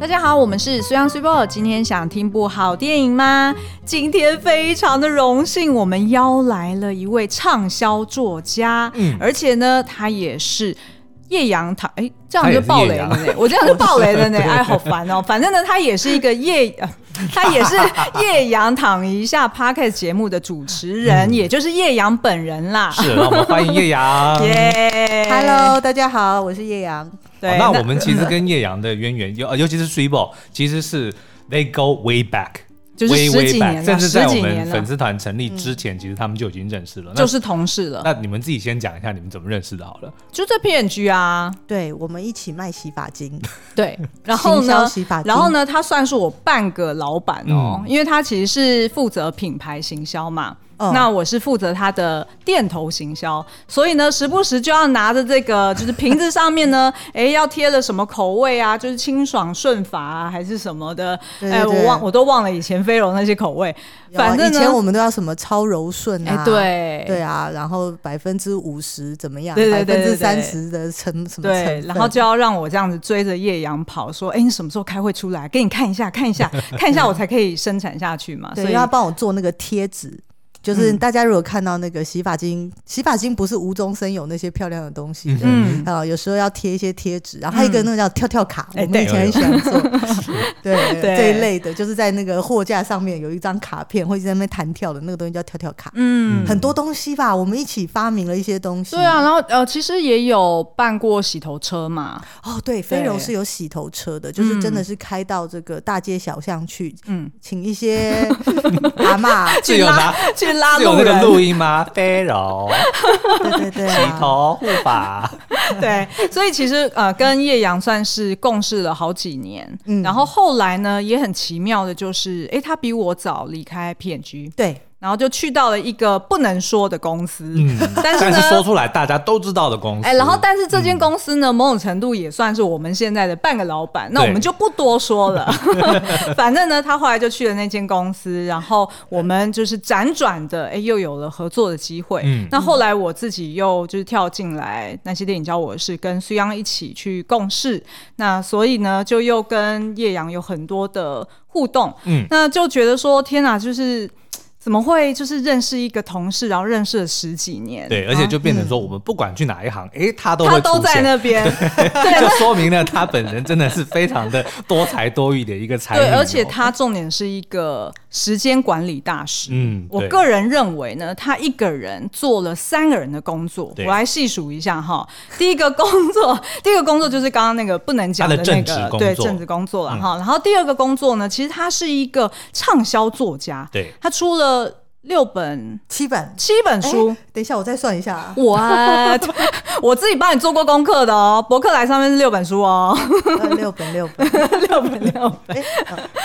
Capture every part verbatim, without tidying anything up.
大家好，我们是苏阳 Super， 今天想听部好电影吗？今天非常的荣幸，我们邀来了一位畅销作家，嗯，而且呢，他也是叶阳堂，哎，这样就爆雷了呢，我这样就爆雷了呢，哎，好烦哦。反正呢，他也是一个叶，呃、他也是叶阳躺一下 Podcast 节目的主持人，嗯、也就是叶阳本人啦。 是，那我们欢迎叶阳。 耶 ，Hello， 大家好，我是叶阳。 对、哦，那我们其实跟叶阳的渊源，尤尤其是 Super， 其实是 They go way back。 就是十几年了， 甚至在我们粉丝团成立之前、嗯、其实他们就已经认识了， 就是同事了。 那你们自己先讲一下你们怎么认识的好了。 就在 P and G 啊， 对，我们一起卖洗发精。 对，然后呢，然后呢，他算是我半个老板哦、嗯，因为他其实是负责品牌行销嘛。哦、那我是负责他的店头行销，所以呢，时不时就要拿着这个，就是瓶子上面呢，哎，要贴了什么口味啊，就是清爽顺发啊，还是什么的，哎，我忘我都忘了以前飞柔那些口味。反正以前我们都要什么超柔顺啊， 对对啊，然后百分之五十怎么样，百分之三十的成什么成分， 对，然后就要让我这样子追着叶阳跑，说，哎，你什么时候开会出来，给你看一下，看一下，看一下，我才可以生产下去嘛。 对，所以要帮我做那个贴纸。就是大家如果看到那个洗发精，嗯、洗发精不是无中生有那些漂亮的东西的，嗯啊，有时候要贴一些贴纸，然后还有一个那个叫跳跳卡，嗯、我们以前很喜欢做，对, 对这一类的，就是在那个货架上面有一张卡片，会在那边弹跳的那个东西叫跳跳卡，嗯，很多东西吧，我们一起发明了一些东西。 对啊，然后呃，其实也有办过洗头车嘛， 哦，对，飞柔是有洗头车的，就是真的是开到这个大街小巷去，嗯，请一些阿嬷去拉去。拉是有那个录音吗？飞柔， 对对对、啊， 洗头护发， 对，所以其实呃，跟叶阳算是共事了好几年，嗯，然后后来呢，也很奇妙的就是，哎，他比我早离开 P and G， 对。 然后就去到了一个不能说的公司， 嗯，但是呢，但是说出来大家都知道的公司。 哎，然后但是这间公司呢，嗯、某种程度也算是我们现在的半个老板，那我们就不多说了。反正呢，他后来就去了那间公司，然后我们就是辗转的，哎，又有了合作的机会。嗯，那后来我自己又就是跳进来，那些电影教我的事，跟苏央一起去共事，那所以呢，就又跟叶阳有很多的互动。嗯，那就觉得说，天哪，就是。怎么会就是认识一个同事，然后认识了十几年？ 对，而且就变成说，我们不管去哪一行，哎、嗯，他都会出现， 他都在那边， 对，就说明了他本人真的是非常的多才多艺的一个才女、哦。 对，而且他重点是一个时间管理大师。嗯，我个人认为呢，他一个人做了三个人的工作。我来细数一下哈，第一个工作，第一个工作就是刚刚那个不能讲的那个，对，政治工作了哈、嗯。然后第二个工作呢，其实他是一个畅销作家，对，他出了。六本七本七本书、欸、 等一下我再算一下、啊、 What 我自己帮你做过功课的哦，博客来上面是六本书哦、 呃、六本六本六本六本、欸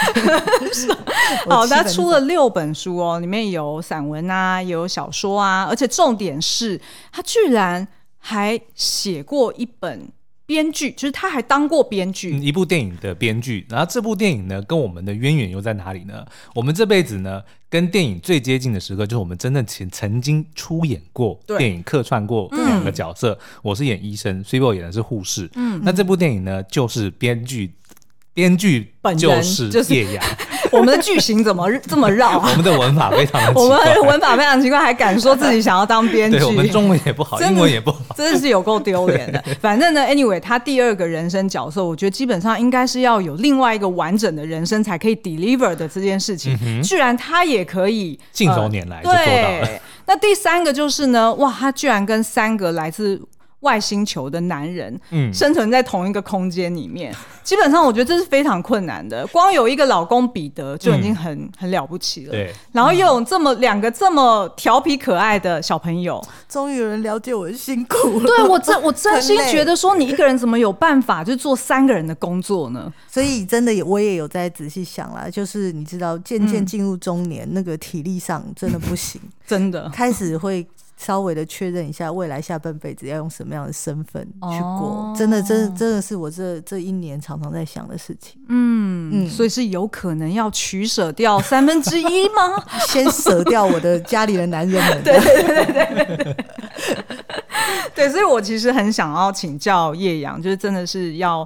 好，他出了六本书哦，里面有散文啊，有小说啊，而且重点是他居然还写过一本编剧，就是他还当过编剧、 嗯、一部电影的编剧。然后这部电影呢跟我们的渊源又在哪里呢？我们这辈子呢跟电影最接近的时刻就是我们真正曾经出演过电影，客串过两个角色、嗯、我是演医生， Super 演的是护士。嗯，那这部电影呢就是编剧编剧就是叶阳、 就是、我们的剧情怎么这么绕、啊、 我们的文法非常的奇怪， 我们的文法非常奇怪，还敢说自己想要当编剧。 对，我们中文也不好，英文也不好， 真的是有够丢脸的。反正呢 anyway 他第二个人生角色我觉得基本上应该是要有另外一个完整的人生才可以 deliver 的这件事情、嗯、居然他也可以信手拈来就做到了、 呃、那第三个就是呢，哇，他居然跟三个来自外星球的男人、嗯、生存在同一个空间里面，基本上我觉得这是非常困难的，光有一个老公彼得就已经很、嗯、很了不起了，对，然后又有这么两个这么调皮可爱的小朋友， 终于有人了解我的辛苦了。 对，我真我真心觉得说你一个人怎么有办法就做三个人的工作呢？ 所以真的我也有在仔细想啦，就是你知道渐渐进入中年、嗯、那个体力上真的不行真的开始会稍微的确认一下未来下半辈子要用什么样的身份去过、哦、真的真的真的是我这这一年常常在想的事情。 嗯, 嗯所以是有可能要取舍掉三分之一吗？ 先舍掉我的家里的男人们对对对对对对，所以我其实很想要请教叶阳，就是真的是要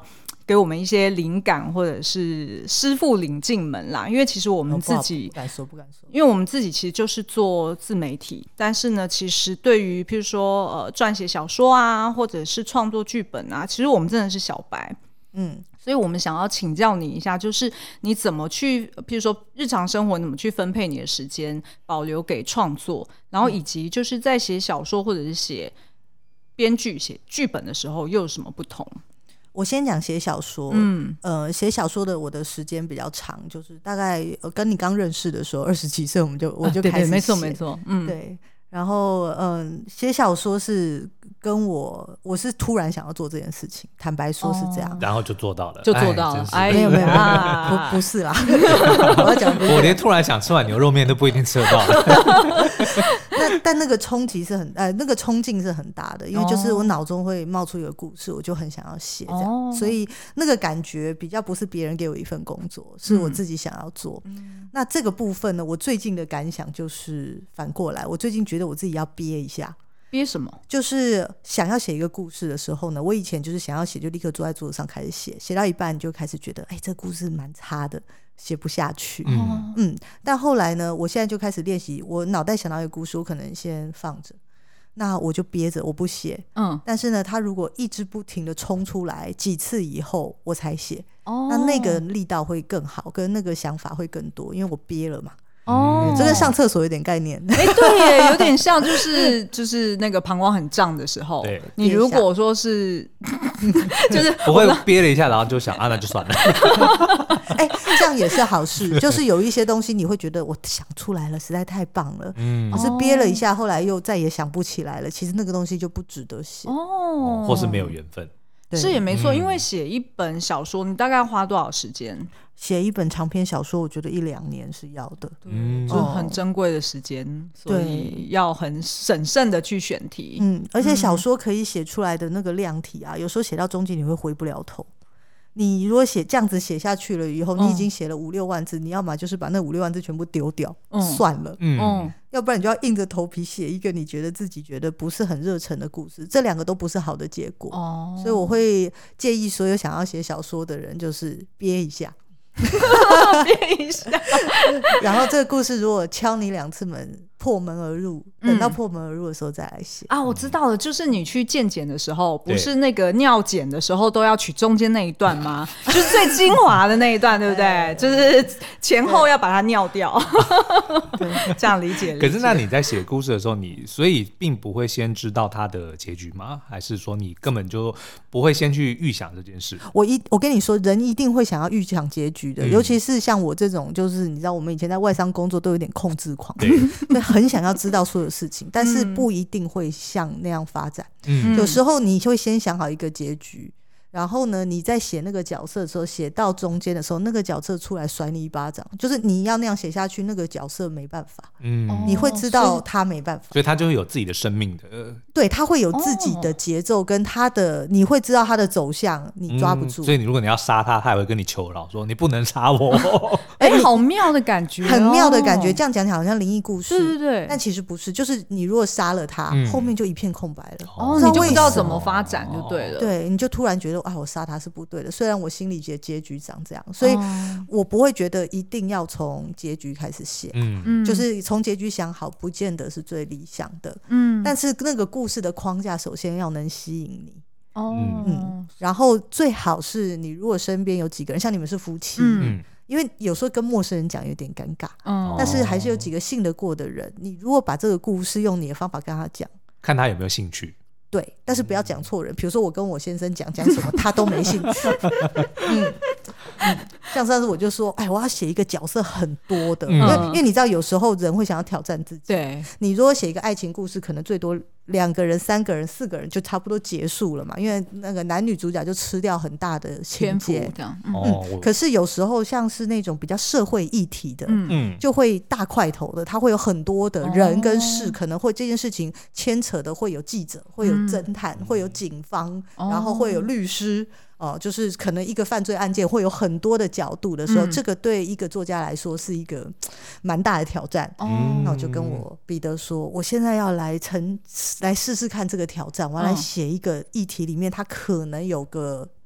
给我们一些灵感，或者是师傅领进门啦。因为其实我们自己、 哦、不, 不敢说不敢说， 因为我们自己其实就是做自媒体，但是呢，其实对于譬如说呃撰写小说啊，或者是创作剧本啊，其实我们真的是小白。嗯，所以我们想要请教你一下，就是你怎么去，譬如说日常生活怎么去分配你的时间，保留给创作，然后以及就是在写小说或者是写编剧、写剧本的时候又有什么不同？ 我先讲写小说，嗯，呃，写小说的我的时间比较长，就是大概、呃、跟你刚认识的时候，二十几岁我们就我就开始写、啊、对对没错没错，嗯，对。然后嗯，写小说是跟我我是突然想要做这件事情，坦白说是这样，哦、 然后就做到了， 就做到了， 哎，没有没有、啊、不不是啦，我要讲， 我连突然想吃碗牛肉面都不一定吃得到了。 那但那个冲击是很呃，那个冲劲是很大的，因为就是我脑中会冒出一个故事，我就很想要写这样、哦，所以那个感觉比较不是别人给我一份工作，是我自己想要做。嗯、那这个部分呢，我最近的感想就是反过来，我最近觉得我自己要憋一下。 憋什么？ 就是想要写一个故事的时候呢，我以前就是想要写就立刻坐在桌子上开始写，写到一半就开始觉得哎，这个故事蛮差的，写不下去。嗯嗯，但后来呢，我现在就开始练习，我脑袋想到一个故事，我可能先放着，那我就憋着我不写。嗯，但是呢，他如果一直不停的冲出来几次以后我才写，哦，那那个力道会更好，跟那个想法会更多，因为我憋了嘛。哦，这跟上厕所有点概念。 哎、欸，对耶，有点像，就是就是那个膀胱很胀的时候，你如果说是，就是不会憋了一下，然后就想啊，那就算了。 哎、欸，这样也是好事，就是有一些东西你会觉得我想出来了，实在太棒了，嗯，可是憋了一下，后来又再也想不起来了，其实那个东西就不值得写哦，或是没有缘分。 是也没错、嗯，因为写一本小说，你大概花多少时间？ 写一本长篇小说，我觉得一两年是要的， 嗯，就很珍贵的时间，所以要很审慎的去选题。 嗯，而且小说可以写出来的那个量体啊，有时候写到中间你会回不了头。你如果写这样子写下去了以后，你已经写了五六万字，你要么就是把那五六万字全部丢掉、嗯、算了，嗯，要不然你就要硬着头皮写一个你觉得自己觉得不是很热忱的故事，这两个都不是好的结果、哦、所以我会建议所有想要写小说的人就是憋一下憋一下然后这个故事如果敲你两次门破门而入，等到破门而入的时候再来写、 嗯、啊，我知道了，就是你去健检的时候，不是那个尿检的时候都要取中间那一段吗？就是最精华的那一段，对不对？就是前后要把它尿掉。这样理解。 可是那你在写故事的时候，你所以并不会先知道它的结局吗？还是说你根本就不会先去预想这件事？ 我一我跟你说，人一定会想要预想结局的、嗯，尤其是像我这种，就是你知道，我们以前在外商工作都有点控制狂，对。很想要知道所有事情，但是不一定会像那样发展、嗯、有时候你会先想好一个结局，然后呢你在写那个角色的时候，写到中间的时候，那个角色出来甩你一巴掌，就是你要那样写下去，那个角色没办法、嗯、你会知道他没办法， 所以他就会有自己的生命的， 对，他会有自己的节奏跟他的、哦、你会知道他的走向，你抓不住、 嗯、所以你如果你要杀他，他也会跟你求饶说你不能杀我哎、欸，好妙的感觉、哦、 很妙的感觉，这样讲起来好像灵异故事， 对对对， 但其实不是，就是你如果杀了他、嗯、后面就一片空白了， 哦，你就不知道怎么发展就对了， 对，你就突然觉得啊，我杀他是不对的，虽然我心里结结局长这样，所以我不会觉得一定要从结局开始写，嗯，就是从结局想好不见得是最理想的，嗯，但是那个故事的框架首先要能吸引你，哦，嗯，然后最好是你如果身边有几个人，像你们是夫妻，嗯，因为有时候跟陌生人讲有点尴尬、嗯、但是还是有几个信得过的人，你如果把这个故事用你的方法跟他讲， 看他有没有兴趣， 对，但是不要讲错人，比如说我跟我先生讲讲什么他都没兴趣嗯, 嗯像上次我就说哎，我要写一个角色很多的、嗯、因, 为因为你知道有时候人会想要挑战自己，对，你如果写一个爱情故事可能最多两个人三个人四个人就差不多结束了嘛，因为那个男女主角就吃掉很大的情节这样、嗯嗯、可是有时候像是那种比较社会议题的、嗯、就会大块头的，它会有很多的人跟事、哦、可能会这件事情牵扯的会有记者，会有侦探、嗯、会有警方、哦、然后会有律师、呃、就是可能一个犯罪案件会有很多的角度的时候、嗯、这个对一个作家来说是一个蛮大的挑战、哦、那我就跟我彼得说我现在要来成来试试看这个挑战，我要来写一个议题里面它可能有个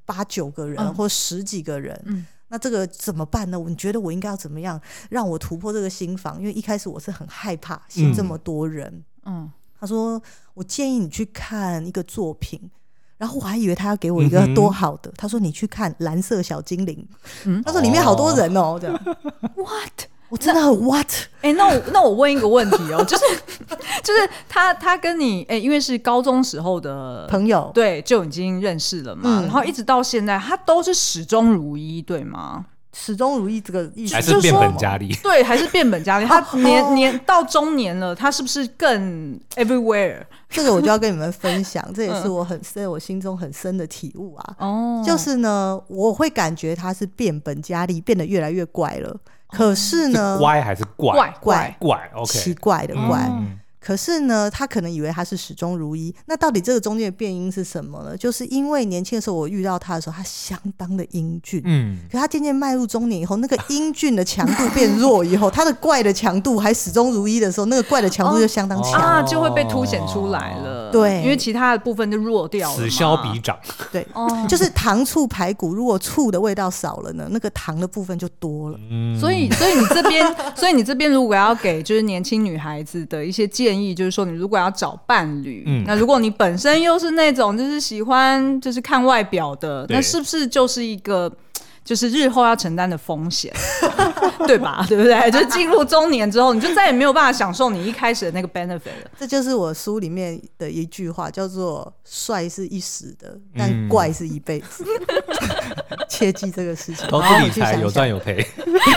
八九个人、嗯、或十几个人、嗯，那这个怎么办呢？你觉得我应该要怎么样让我突破这个心防？因为一开始我是很害怕新这么多人。嗯，他说我建议你去看一个作品，然后我还以为他要给我一个多好的，嗯、他说你去看《蓝色小精灵》，嗯，他说里面好多人哦，这样 ，what？ 我真的很 what？ 哎、欸，那我那我问一个问题哦，就是就是他他跟你哎、欸，因为是高中时候的朋友， 对，就已经认识了嘛，嗯、然后一直到现在，他都是始终如一，对吗？ 始终如一这个意思还是变本加厉？ 对，还是变本加厉。他年年到中年了，他是不是更 everywhere？ 这个我就要跟你们分享，这也是我很深、我心中很深的体悟啊。哦，就是呢，我会感觉他是变本加厉，变得越来越怪了。可是呢， 是乖还是怪？ 怪怪怪 ，OK， 奇怪的怪。 嗯， 可是呢，他可能以为他是始终如一。那到底这个中间的变因是什么呢？就是因为年轻的时候我遇到他的时候，他相当的英俊，嗯，可他渐渐迈入中年以后，那个英俊的强度变弱以后，他的怪的强度还始终如一的时候，那个怪的强度就相当强、 哦、啊，就会被凸显出来了。 对， 因为其他的部分就弱掉了， 此消彼长。 对、哦，就是糖醋排骨，如果醋的味道少了呢，那个糖的部分就多了。 嗯，所以，所以你这边，所以你这边如果要给就是年轻女孩子的一些建议，就是说你如果要找伴侣，嗯，那如果你本身又是那种就是喜欢就是看外表的，那是不是就是一个就是日后要承担的风险，对吧？对不对？就进入中年之后，你就再也没有办法享受你一开始的那个 benefit 了。 这就是我书里面的一句话，叫做“帅是一时的，但怪是一辈子”嗯。切记这个事情。 投资理财有赚有赔。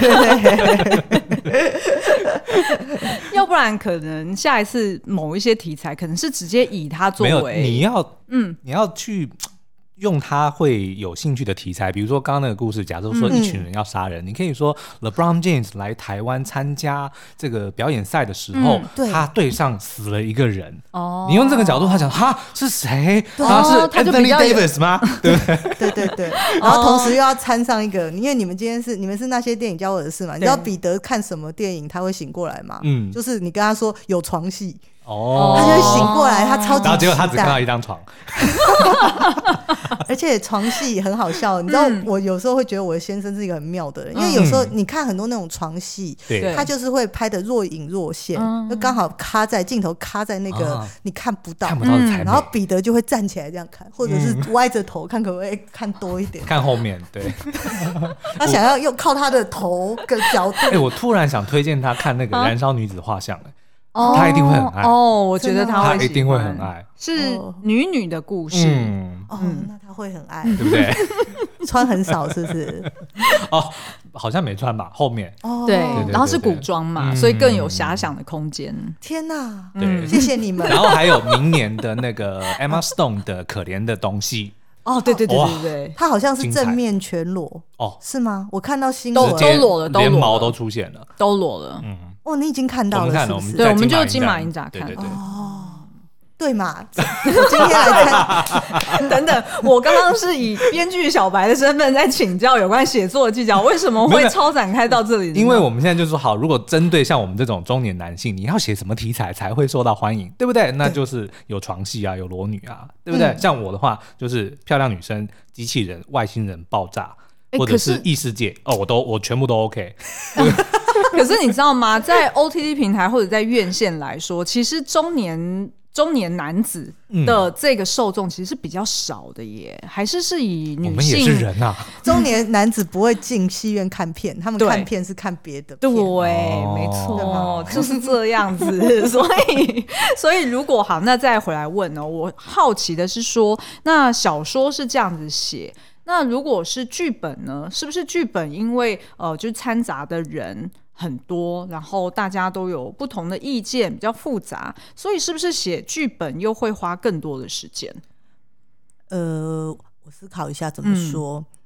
要不然可能下一次某一些题材可能是直接以它作为， 没有，你要嗯，你要去用他会有兴趣的题材，比如说刚刚那个故事，假设说一群人要杀人、嗯、你可以说 LeBron James 来台湾参加这个表演赛的时候、嗯、对他队上死了一个人、哦、你用这个角度他讲哈是谁，他是 Anthony Davis 吗？对不对？ 对对对，然后同时又要掺上一个，因为你们今天是你们是那些电影教我的事嘛，你知道彼得看什么电影他会醒过来吗？嗯，就是你跟他说有床戏哦，他就会醒过来，他超级期待， 然后结果他只看到一张床， 而且床戏很好笑。你知道，我有时候会觉得我的先生是一个很妙的人，嗯、因为有时候你看很多那种床戏，嗯、他就是会拍的若隐若现，就刚好卡在镜头卡在那个、啊、你看不到， 看不到的才美、嗯、 然后彼得就会站起来这样看，或者是歪着头看，可不可以看多一点？ 看后面，对。 他想要用靠他的头跟角度。 哎、欸，我突然想推荐他看那个《燃烧女子画像》哎。哦、他一定会很爱哦，我觉得他会， 他一定会很爱， 是女女的故事， 嗯，哦，那他会很爱， 对不对？ 穿很少是不是？ 哦，好像没穿吧，后面， 哦，对，然后是古装嘛、嗯，所以更有遐想的空间。 天哪， 对、 嗯，谢谢你们。 然后还有明年的那个 Emma Stone 的《可怜的东西》。 哦，对对对对对， 他好像是正面全裸哦，是吗？我看到新闻都都裸了，都连毛都出现了， 都裸了， 嗯。哦，你已经看到了，是不是？ 对，我们就金马影展看。 对对对。 哦，对嘛？我今天来看。 等等，我刚刚是以编剧小白的身份在请教有关写作的技巧，为什么会超展开到这里？ 因为我们现在就说好，如果针对像我们这种中年男性，你要写什么题材才会受到欢迎，对不对？那就是有床戏啊，有裸女啊，对不对？嗯、像我的话，就是漂亮女生、机器人、外星人、爆炸。或者是异世界哦，我都我全部都 OK。 可是你知道吗？在 O T T 平台或者在院线来说，其实中年中年男子的这个受众其实是比较少的耶，嗯、还是是以女性。我们也是人啊。 中年男子不会进戏院看片，他们看片是看别的片。 对，哦、没错，就是这样子。所以，所以如果好，那再回来问呢？我好奇的是说，那小说是这样子写。那如果是剧本呢？是不是剧本因为呃，就是掺杂的人很多，然后大家都有不同的意见，比较复杂，所以是不是写剧本又会花更多的时间？ 呃，我思考一下怎么说。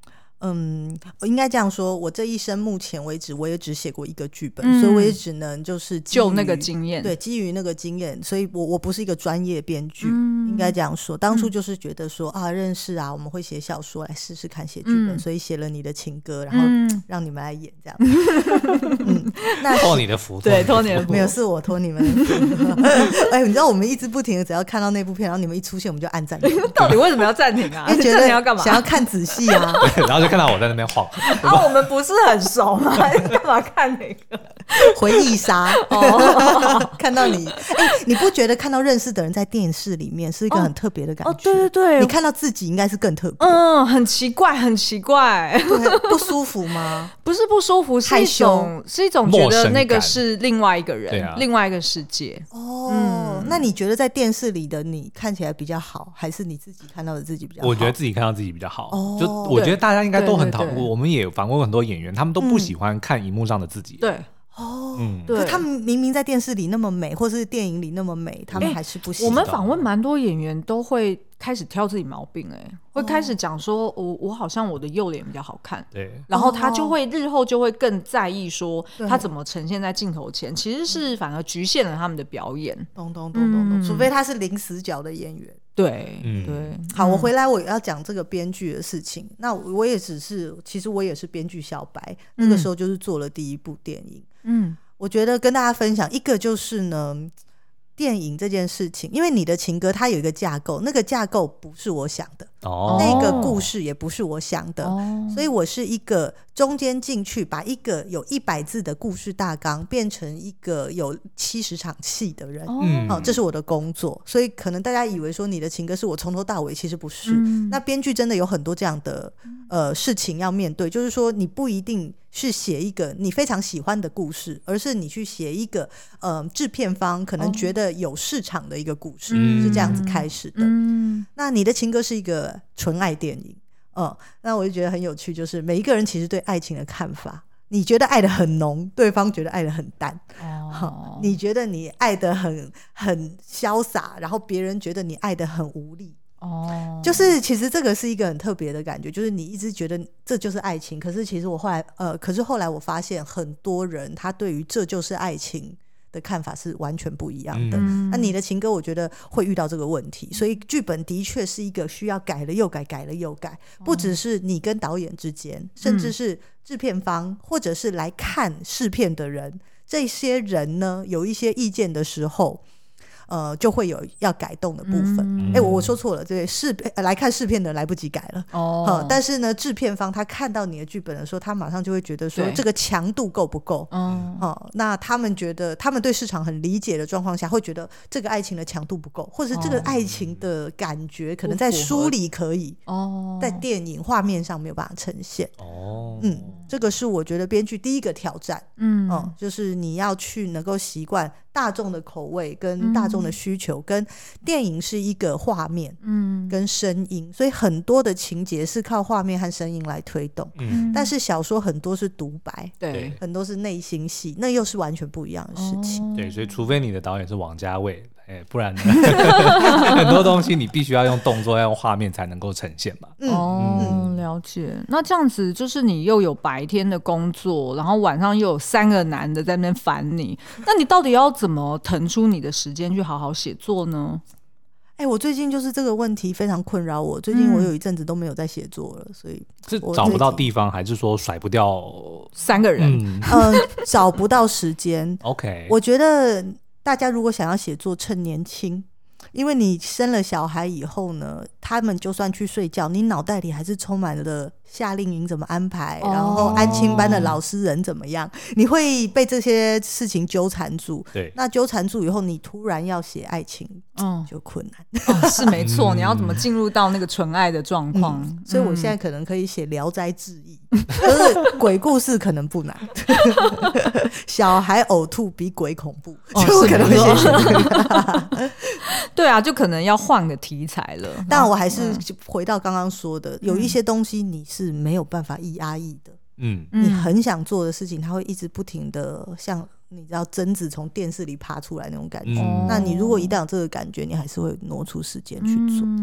嗯，应该这样说，我这一生目前为止我也只写过一个剧本、 嗯、 所以我也只能就是就那个经验， 对，基于那个经验，所以我我不是一个专业编剧、嗯、应该这样说。当初就是觉得说、嗯、啊认识啊我们会写小说，来试试看写剧本、嗯、所以写了你的情歌，然后让你们来演这样、嗯嗯、那托你的福， 对，托你的福， 没有，是我托你们的福哎，你知道我们一直不停的只要看到那部片，然后你们一出现我们就按暂停到底为什么要暂停啊？ 因为觉得要干嘛？ 想要看仔细啊然后就看到我在那边晃啊，我们不是很熟吗？干嘛看那个回忆杀、哦、看到你、欸、你不觉得看到认识的人在电视里面是一个很特别的感觉？哦， 对对对， 你看到自己应该是更特别， 嗯，很奇怪很奇怪， 对，不舒服吗？ 不是不舒服，是一种是一种觉得那个是另外一个人、啊、另外一个世界。 哦、嗯，那你觉得在电视里的你看起来比较好，还是你自己看到的自己比较好？ 我觉得自己看到自己比较好、哦、就我觉得大家应该都很讨厌，我们也访问很多演员，他们都不喜欢看荧幕上的自己、 嗯、对哦，嗯，对，可他们明明在电视里那么美，或是电影里那么美，他们还是不喜欢、欸、 我们访问蛮多演员都会开始挑自己毛病、欸，哎，会开始讲说，我、哦、我好像我的右脸比较好看， 对， 然后他就会日后就会更在意说他怎么呈现在镜头前，其实是反而局限了他们的表演， 咚咚咚咚咚，除非他是零死角的演员。 对、 嗯、 对， 好，我回来我要讲这个编剧的事情。那我也只是，其实我也是编剧小白，那个时候就是做了第一部电影。嗯，我觉得跟大家分享一个就是呢，电影这件事情，因为你的情歌它有一个架构，那个架构不是我想的。哦，那个故事也不是我想的、哦、所以我是一个中间进去把一个有一百字的故事大纲变成一个有七十场戏的人、哦哦、这是我的工作。所以可能大家以为说你的情歌是我从头到尾，其实不是、嗯、那编剧真的有很多这样的呃事情要面对，就是说你不一定是写一个你非常喜欢的故事，而是你去写一个呃制片方可能觉得有市场的一个故事、哦、是这样子开始的、嗯、那你的情歌是一个纯爱电影、嗯、那我就觉得很有趣，就是每一个人其实对爱情的看法，你觉得爱得很浓，对方觉得爱得很淡、哦、你觉得你爱得很很潇洒，然后别人觉得你爱得很无力。哦，就是其实这个是一个很特别的感觉，就是你一直觉得这就是爱情，可是其实我后来呃，可是后来我发现很多人他对于这就是爱情的看法是完全不一样的、嗯、那你的情歌我觉得会遇到这个问题，所以剧本的确是一个需要改了又改改了又改，不只是你跟导演之间，甚至是制片方或者是来看试片的人，这些人呢有一些意见的时候呃，就会有要改动的部分。哎、嗯欸，我我说错了，对，试来看试片的人来不及改了。哦、嗯，但是呢，制片方他看到你的剧本的时候，他马上就会觉得说这个强度够不够。嗯，嗯，那他们觉得，他们对市场很理解的状况下，会觉得这个爱情的强度不够，或者是这个爱情的感觉可能在书里可以，哦，在电影画面上没有办法呈现。哦，嗯，这个是我觉得编剧第一个挑战。嗯，嗯，就是你要去能够习惯大众的口味跟大众的需求、嗯、跟电影是一个画面嗯跟声音，所以很多的情节是靠画面和声音来推动嗯，但是小说很多是独白，对，很多是内心戏，那又是完全不一样的事情、 哦、对，所以除非你的导演是王家卫哎，不然呢很多东西你必须要用动作要用画面才能够呈现嘛。 嗯、哦，了解。那这样子就是你又有白天的工作，然后晚上又有三个男的在那边烦你，那你到底要怎么腾出你的时间去好好写作呢？ 哎、欸，我最近就是这个问题非常困扰我。最近我有一阵子都没有在写作了，所以是找不到地方，还是说甩不掉三个人？ 嗯，呃、找不到时间。 OK， 我觉得大家如果想要写作，趁年轻。因为你生了小孩以后呢，他们就算去睡觉，你脑袋里还是充满了夏令营怎么安排、哦、然后安亲班的老师人怎么样，你会被这些事情纠缠住。 对， 那纠缠住以后，你突然要写爱情、嗯、就困难、 哦、是没错、嗯、你要怎么进入到那个纯爱的状况、 嗯、所以我现在可能可以写聊斋志异，可是鬼故事可能不难小孩呕吐比鬼恐怖、哦、就可能会写写对啊，就可能要换个题材了。 但我还是回到刚刚说的、嗯、有一些东西你是没有办法抑压抑的。嗯，你很想做的事情它会一直不停的像你知道贞子从电视里爬出来那种感觉、嗯、那你如果一旦有这个感觉，你还是会挪出时间去做、 嗯、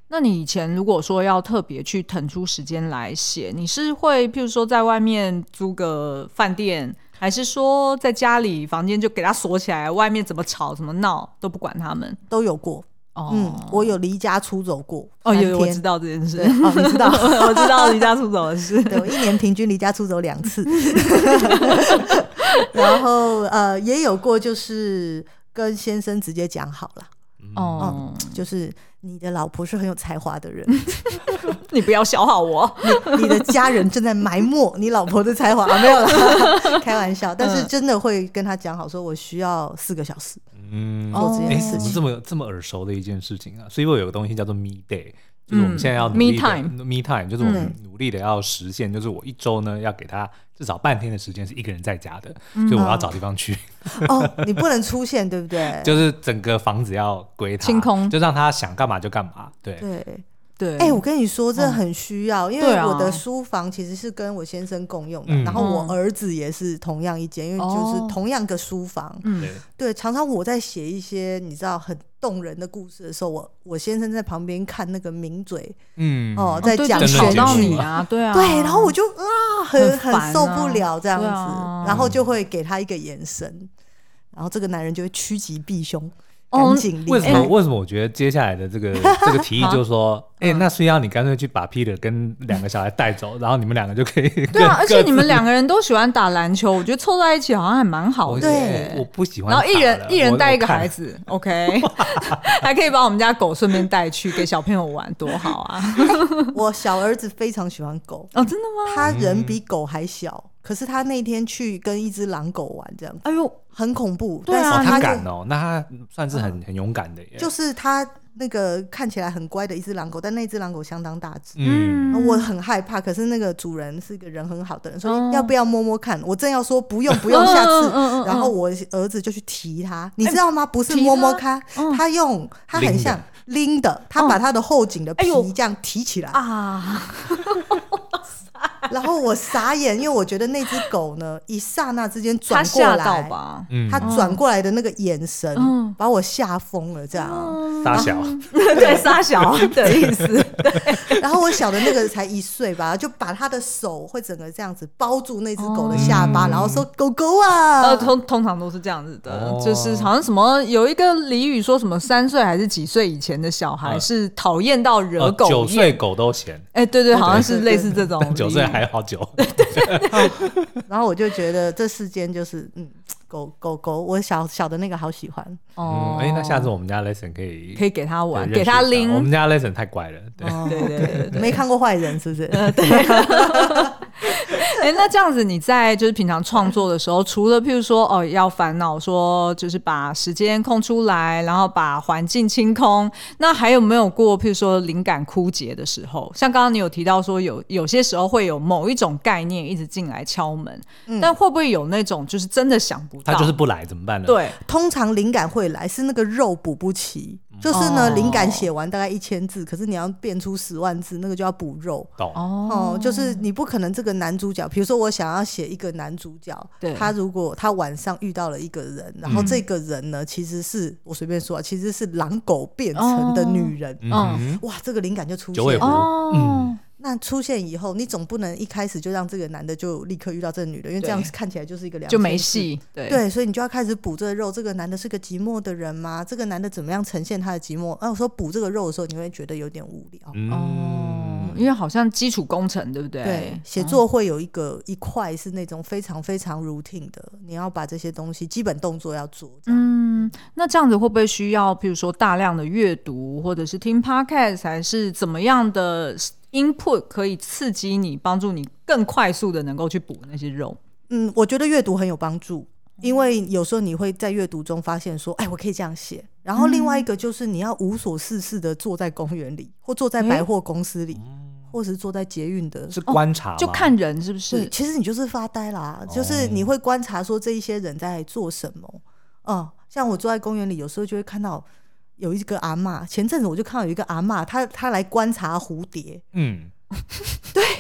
那你以前如果说要特别去腾出时间来写，你是会譬如说在外面租个饭店，还是说在家里房间就给他锁起来，外面怎么吵怎么闹都不管他们？ 都有过。哦、嗯，我有离家出走过。 哦，有，我知道这件事。 哦，你知道， 我知道离家出走的事。 对，我一年平均离家出走两次。然后呃，也有过就是跟先生直接讲好了。哦、嗯，就是你的老婆是很有才华的人， 你不要消耗我。 你, 你的家人正在埋没你老婆的才华、啊、没有啦，开玩笑。但是真的会跟他讲好，说我需要四个小时。嗯，做这件事情。 欸、这么这么耳熟的一件事情啊！所以我有个东西叫做 me day， 就是我们现在要努力的、嗯、me time， me time 就是我们努力的要实现，就是我一周呢要给他至少半天的时间是一个人在家的，嗯、所以我要找地方去。 哦，你不能出现，对不对？ 就是整个房子要归他， 清空， 就让他想干嘛就干嘛。对对。 对， 哎、欸，我跟你说，这很需要、嗯，因为我的书房其实是跟我先生共用的，嗯、然后我儿子也是同样一间，因为就是同样个书房。嗯，对，常常我在写一些你知道很动人的故事的时候，我我先生在旁边看那个名嘴，嗯，哦，在讲吵到你啊，对啊， 对，然后我就啊，很很, 很受不了这样子、啊，然后就会给他一个眼神，然后这个男人就会趋吉避凶。 哦、为什么？为什么？我觉得接下来的这个这个提议就是说，哎、欸，那虽然你干脆去把 Peter 跟两个小孩带走，然后你们两个就可以对啊，而且你们两个人都喜欢打篮球，我觉得凑在一起好像还蛮好的。 对， 我不喜欢。 然后一人一人带一个孩子 ，OK， 还可以把我们家狗顺便带去给小朋友玩，多好啊！ 我小儿子非常喜欢狗哦，真的吗？ 他人比狗还小。嗯，可是他那天去跟一只狼狗玩，这样， 哎呦， 很恐怖。 对啊， 但是他敢哦，那他算是很、嗯、很勇敢的耶。 就是他那个看起来很乖的一只狼狗，但那只狼狗相当大只，嗯，我很害怕。可是那个主人是一个人很好的人，说、嗯、要不要摸摸看？我正要说不用不用，下次、嗯嗯嗯。然后我儿子就去提他，你知道吗？不是摸摸看，他, 他用他很像拎的，他把他的后颈的皮这样提起来、嗯、啊。然后我傻眼，因为我觉得那只狗呢，一刹那之间转过来， 他吓到吧？ 它转过来的那个眼神，嗯、把我吓疯了，这样。 傻小， 对，傻小的意思。对。 然后我小的那个才一岁吧，就把他的手会整个这样子包住那只狗的下巴，嗯、然后说：“狗狗啊！” 呃，通通常都是这样子的，哦、就是好像什么有一个俚语说什么三岁还是几岁以前的小孩是讨厌到惹狗厌， 九、呃、岁狗都嫌。 哎、欸，对对，好像是类似这种。 九岁还好久。 然后我就觉得这世间就是嗯，狗狗狗，我小小的那个好喜欢哦。哎、嗯欸，那下次我们家 Lesson 可以可以给他玩，给他拎。 我们家 Lesson 太乖了，对、 哦、对, 对, 对, 对，没看过坏人是不是？ 呃，对。哎、欸，那这样子你在就是平常创作的时候，除了譬如说哦要烦恼说就是把时间空出来，然后把环境清空，那还有没有过譬如说灵感枯竭的时候？像刚刚你有提到说有有些时候会有某一种概念一直进来敲门、嗯，但会不会有那种就是真的想不到， 他就是不来怎么办呢？ 对， 通常灵感会来，是那个肉补不齐。就是呢，灵、哦、感写完大概一千字，可是你要变出十万字，那个就要补肉。哦、嗯，就是你不可能这个男主角，比如说我想要写一个男主角，他如果他晚上遇到了一个人，然后这个人呢，嗯、其实是我随便说，其实是狼狗变成的女人，哦、嗯，哇，这个灵感就出现了。 哦，嗯。 那出现以后，你总不能一开始就让这个男的就立刻遇到这个女的，因为这样看起来就是一个两就没戏。对对，所以你就要开始补这个肉。这个男的是个寂寞的人吗？这个男的怎么样呈现他的寂寞？啊，我说补这个肉的时候，你会觉得有点无聊。 嗯、哦，因为好像基础工程，对不对？ 对，写作会有一个、嗯、一块是那种非常非常 routine 的，你要把这些东西基本动作要做。 嗯，那这样子会不会需要，譬如说大量的阅读，或者是听 podcast， 还是怎么样的？input 可以刺激你，帮助你更快速的能够去补那些肉。 嗯，我觉得阅读很有帮助，因为有时候你会在阅读中发现说，哎，我可以这样写。然后另外一个就是你要无所事事的坐在公园里，或坐在百货公司里，嗯、或者是坐在捷运的， 是观察吗、 哦，就看人是不是？ 对，其实你就是发呆啦，哦、就是你会观察说这一些人在做什么。嗯，像我坐在公园里，有时候就会看到。有一个阿嬷，前阵子我就看到有一个阿嬷，她她来观察蝴蝶，嗯，对，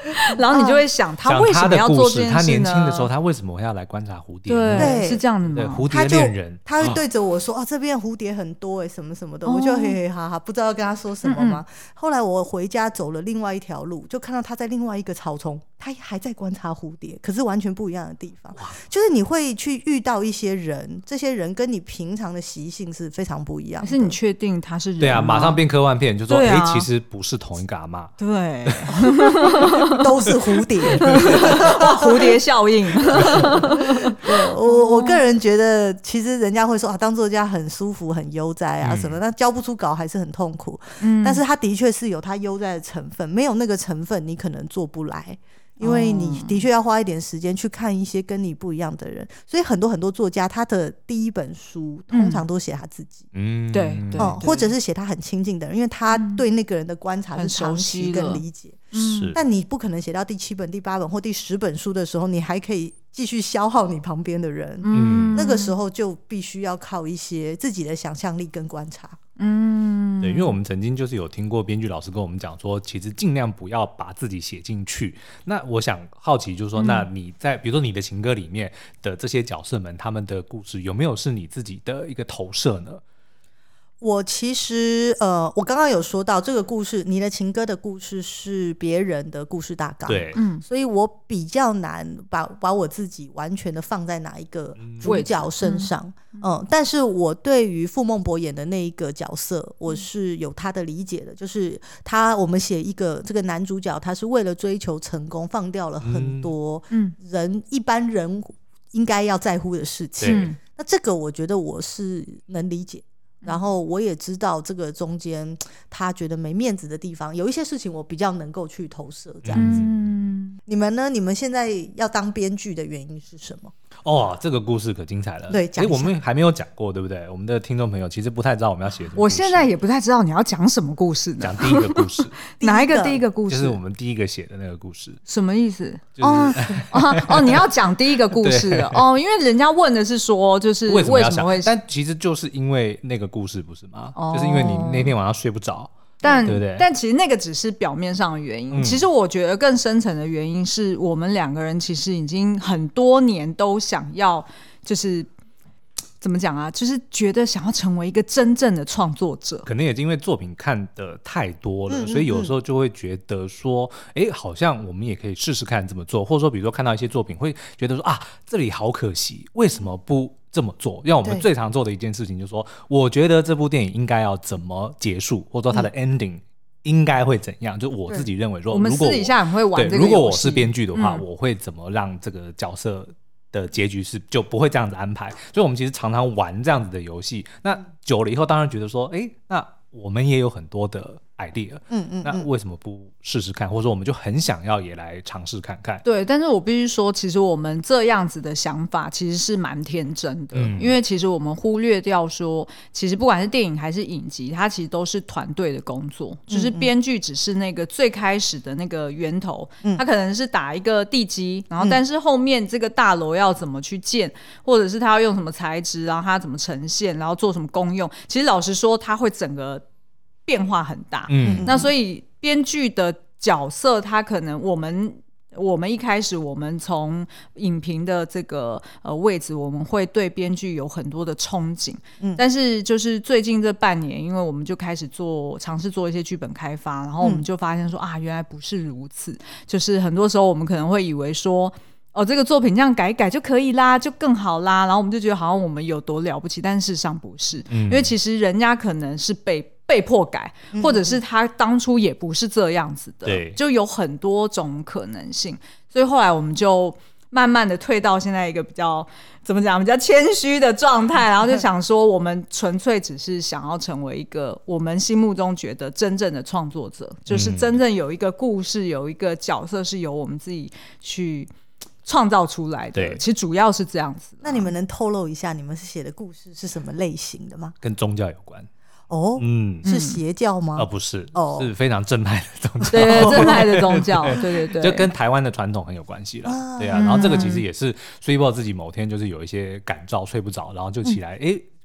然后你就会想他为什么要做这件事呢？ 他年轻的时候他为什么要来观察蝴蝶？ 对，是这样的吗？ 对，蝴蝶恋人， 他会对着我说：“啊，这边蝴蝶很多哎、欸，什么什么的。”我就嘿嘿哈哈，不知道跟他说什么嘛。嗯嗯，后来我回家走了另外一条路，就看到他在另外一个草丛，他还在观察蝴蝶，可是完全不一样的地方。就是你会去遇到一些人，这些人跟你平常的习性是非常不一样的。 可是你确定他是人吗？ 对啊，马上变科幻片，就说哎、啊欸，其实不是同一个阿嬷， 对， 都是蝴蝶， 蝴蝶效应。 对，我我个人觉得，其实人家会说啊，当作家很舒服、很悠哉啊什么，那、嗯、交不出稿还是很痛苦。嗯，但是他的确是有他悠哉的成分，没有那个成分，你可能做不来。因为你的确要花一点时间去看一些跟你不一样的人，所以很多很多作家他的第一本书通常都写他自己， 嗯，对对、 嗯，或者是写他很亲近的人，因为他对那个人的观察是长期跟理解。 是， 但你不可能写到第七本、第八本或第十本书的时候，你还可以继续消耗你旁边的人，嗯，那个时候就必须要靠一些自己的想象力跟观察。 嗯，对，因为我们曾经就是有听过编剧老师跟我们讲说，其实尽量不要把自己写进去。那我想好奇就是说，嗯、那你在比如说你的情歌里面的这些角色们，他们的故事有没有是你自己的一个投射呢？ 我其实呃，我刚刚有说到这个故事，你的情歌的故事是别人的故事大纲， 对， 嗯，所以我比较难把把我自己完全的放在哪一个主角身上，嗯，嗯，但是我对于傅孟博演的那一个角色，我是有他的理解的，就是他我们写一个这个男主角，他是为了追求成功，放掉了很多人、嗯、一般人应该要在乎的事情，那这个我觉得我是能理解。然后我也知道这个中间他觉得没面子的地方，有一些事情我比较能够去投射这样子。嗯，你们呢？你们现在要当编剧的原因是什么？ 哦，这个故事可精彩了。 对， 欸、我们还没有讲过，对不对？我们的听众朋友其实不太知道我们要写什么故事。 我现在也不太知道你要讲什么故事呢。 讲第一个故事， 哪一个第一个故事？ 就是我们第一个写的那个故事。 什么意思？ 就是、 哦, 哦, 哦，你要讲第一个故事哦，因为人家问的是说，就是为什么要想？ 但其实就是因为那个故事，不是吗？哦、就是因为你那天晚上睡不着。 但对对， 但其实那个只是表面上的原因、嗯、其实我觉得更深层的原因是我们两个人其实已经很多年都想要，就是怎么讲啊，就是觉得想要成为一个真正的创作者。 可能也是因为作品看的太多了、嗯、所以有时候就会觉得说哎，好像我们也可以试试看这么做，或者说比如说看到一些作品会觉得说啊，这里好可惜，为什么不这么做？让我们最常做的一件事情就是说，我觉得这部电影应该要怎么结束，或者说它的 ending 应该会怎样、嗯、就我自己认为说， 我们私底下很会玩这个游戏。 如果我是编剧的话、嗯、我会怎么让这个角色的结局是就不会这样子安排。所以我们其实常常玩这样子的游戏，那久了以后当然觉得说哎，那我们也有很多的 idea， 嗯嗯，那为什么不试试看，或者说我们就很想要也来尝试看看。 对，但是我必须说其实我们这样子的想法其实是蛮天真的、嗯、因为其实我们忽略掉说其实不管是电影还是影集，它其实都是团队的工作，就是编剧只是那个最开始的那个源头，嗯，他可能是打一个地基，然后但是后面这个大楼要怎么去建，或者是他要用什么材质，然后他怎么呈现，然后做什么功用，其实老实说他会整个变化很大，嗯，那所以编剧的角色他可能我们我们一开始我们从影评的这个呃位置，我们会对编剧有很多的憧憬，嗯，但是就是最近这半年，因为我们就开始做尝试做一些剧本开发，然后我们就发现说、嗯、啊，原来不是如此，就是很多时候我们可能会以为说哦，这个作品这样改一改就可以啦，就更好啦，然后我们就觉得好像我们有多了不起，但事实上不是、嗯、因为其实人家可能是被被迫改，或者是他当初也不是这样子的、嗯、就有很多种可能性，所以后来我们就慢慢的退到现在一个比较怎么讲比较谦虚的状态，然后就想说我们纯粹只是想要成为一个我们心目中觉得真正的创作者、嗯、就是真正有一个故事有一个角色是由我们自己去创造出来的，对，其实主要是这样子。 那你们能透露一下你们是写的故事是什么类型的吗？ 跟宗教有关。 哦，嗯，是邪教吗？ 呃，不是，哦，是非常正派的宗教， 对对，正派的宗教，对对对， 就跟台湾的传统很有关系了、啊，对啊。然后这个其实也是 Sweetball 自己某天就是有一些感召，睡不着，然后就起来，哎、嗯。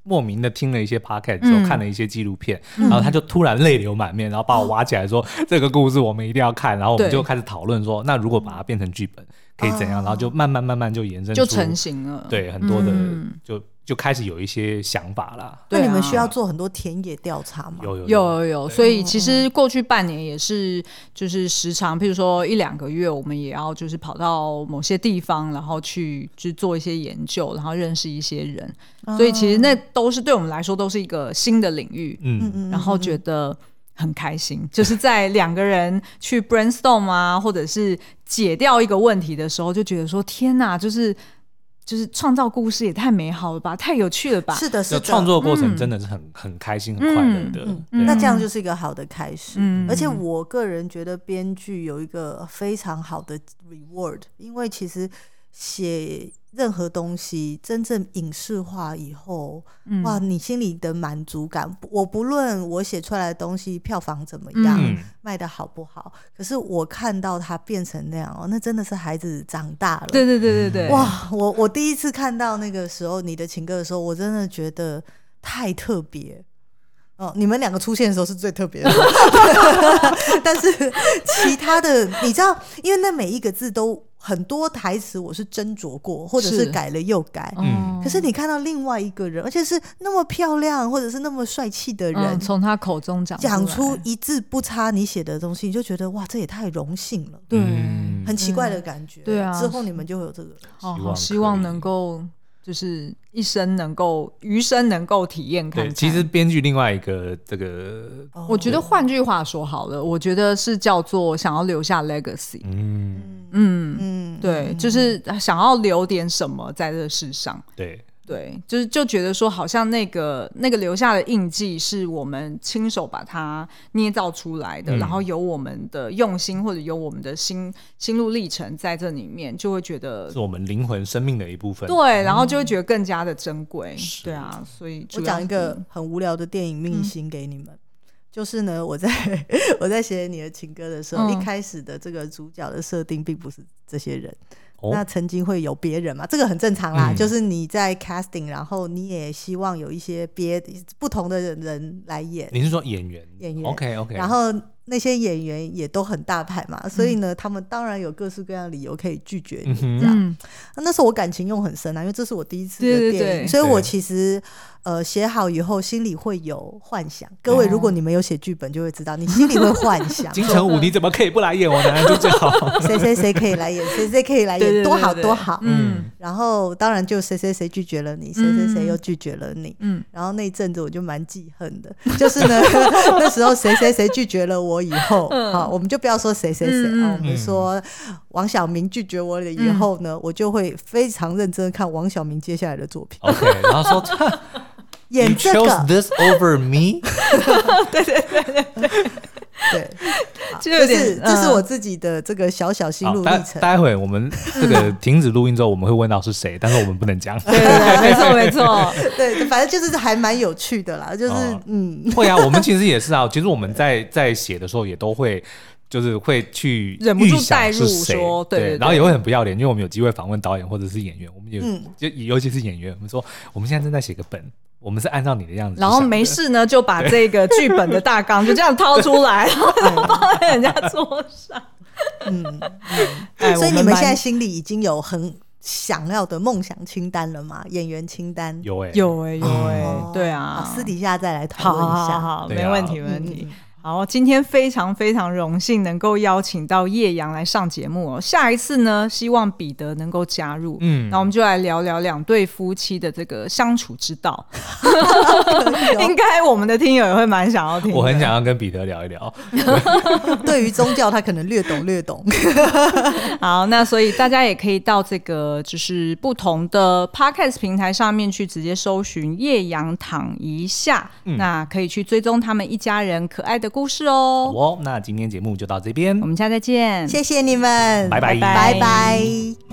莫名的听了一些 podcast 之后、嗯、看了一些纪录片、嗯、然后他就突然泪流满面，然后把我挖起来说、哦、这个故事我们一定要看，然后我们就开始讨论说那如果把它变成剧本可以怎样、哦、然后就慢慢慢慢就延伸出就成型了， 对，很多的、嗯、就就开始有一些想法啦。 那你们需要做很多田野调查吗？ 有有有有有，所以其实过去半年也是就是时常譬如说一两个月我们也要就是跑到某些地方，然后去就做一些研究，然后认识一些人、哦、所以其实那都是对我们来说都是一个新的领域，嗯，然后觉得很开心，就是在两个人去 brainstorm 啊或者是解掉一个问题的时候就觉得说天哪，就是就是创造故事也太美好了吧，太有趣了吧。 是的是的， 创作过程真的是很、嗯、很开心很快乐的、嗯嗯、那这样就是一个好的开始、嗯、而且我个人觉得编剧有一个非常好的 reward， 因为其实写任何东西真正影视化以后、嗯、哇，你心里的满足感，我不论我写出来的东西票房怎么样、嗯、卖得好不好，可是我看到它变成那样、哦、那真的是孩子长大了。 对对对对对， 哇，我我第一次看到那个时候你的情歌的时候，我真的觉得太特别哦，你们两个出现的时候是最特别的但是其他的你知道，因为那每一个字都很多台词我是斟酌过，或者是改了又改，嗯，可是你看到另外一个人，而且是那么漂亮或者是那么帅气的人， 从、嗯、他口中讲讲出一字不差你写的东西，你就觉得哇，这也太荣幸了， 对、 嗯，很奇怪的感觉。 对啊， 之后你们就会有这个， 好好希望能够就是一生能够余生能够体验看看。 对，其实编剧另外一个这个， 我觉得换句话说好了，我觉得是叫做想要留下 legacy。嗯嗯嗯，对，就是想要留点什么在这世上。 对。 对，就是就觉得说好像那个那个留下的印记是我们亲手把它捏造出来的、嗯、然后有我们的用心或者有我们的心心路历程在这里面，就会觉得是我们灵魂生命的一部分。 对，然后就会觉得更加的珍贵、嗯、对啊，所以我讲一个很无聊的电影秘辛给你们、嗯、就是呢我在我在写你的情歌的时候、嗯、一开始的这个主角的设定并不是这些人，那曾经会有别人嘛，这个很正常啦、嗯、就是你在 casting 然后你也希望有一些别不同的人来演。 你是说演员？ 演员 OK OK， 然后那些演员也都很大牌嘛，所以呢、嗯、他们当然有各式各样的理由可以拒绝你这样、嗯、那时候我感情用很深啊，因为这是我第一次的电影，对对对，所以我其实呃写好以后心里会有幻想。各位如果你们有写剧本就会知道你心里会幻想金城武你怎么可以不来演我男人主角谁谁谁可以来演谁谁可以来演，对对对对，多好多好，嗯，然后当然就谁谁谁拒绝了你，谁谁谁又拒绝了你，嗯，然后那一阵子我就蛮记恨的，就是呢那时候谁谁谁拒绝了我以后、嗯啊、我们就不要说谁谁谁、嗯啊、我们说王晓明拒绝我了以后呢、嗯、我就会非常认真看王晓明接下来的作品 OK， 然后说演这个 You chose this over me 对对对对对对，就有点、就是、这是我自己的这个小小心路历程。 待会我们这个停止录音之后我们会问到是谁，但是我们不能讲。 对对对，没错没错， 对，反正就是还蛮有趣的啦，就是、哦、嗯， 会啊，我们其实也是啊，其实我们在在写的时候也都会就是会去忍不住代入说，对 对, 对， 然后也会很不要脸，因为我们有机会访问导演或者是演员，我们也、嗯、就尤其是演员，我们说我们现在正在写个本，我们是按照你的样子， 然后没事呢就把这个剧本的大纲就这样掏出来，然后放在人家桌上。嗯嗯，哎，所以你们现在心里已经有很想要的梦想清单了吗？演员清单有哎、欸、 有哎、欸、有哎、欸哦，对啊， 私底下再来讨论一下， 好好好，没问题没问题。嗯，好，今天非常非常荣幸能够邀请到叶阳来上节目哦。下一次呢，希望彼得能够加入，嗯，那我们就来聊聊两对夫妻的这个相处之道。应该我们的听友也会蛮想要听的。 我很想要跟彼得聊一聊。 对于宗教，他可能略懂略懂。 好，那所以大家也可以到这个就是不同的 podcast 平台上面去直接搜寻叶阳躺一下，嗯，那可以去追踪他们一家人可爱的故事哦。 好哦，那今天节目就到这边， 我们下次再见， 谢谢你们， 拜拜拜拜。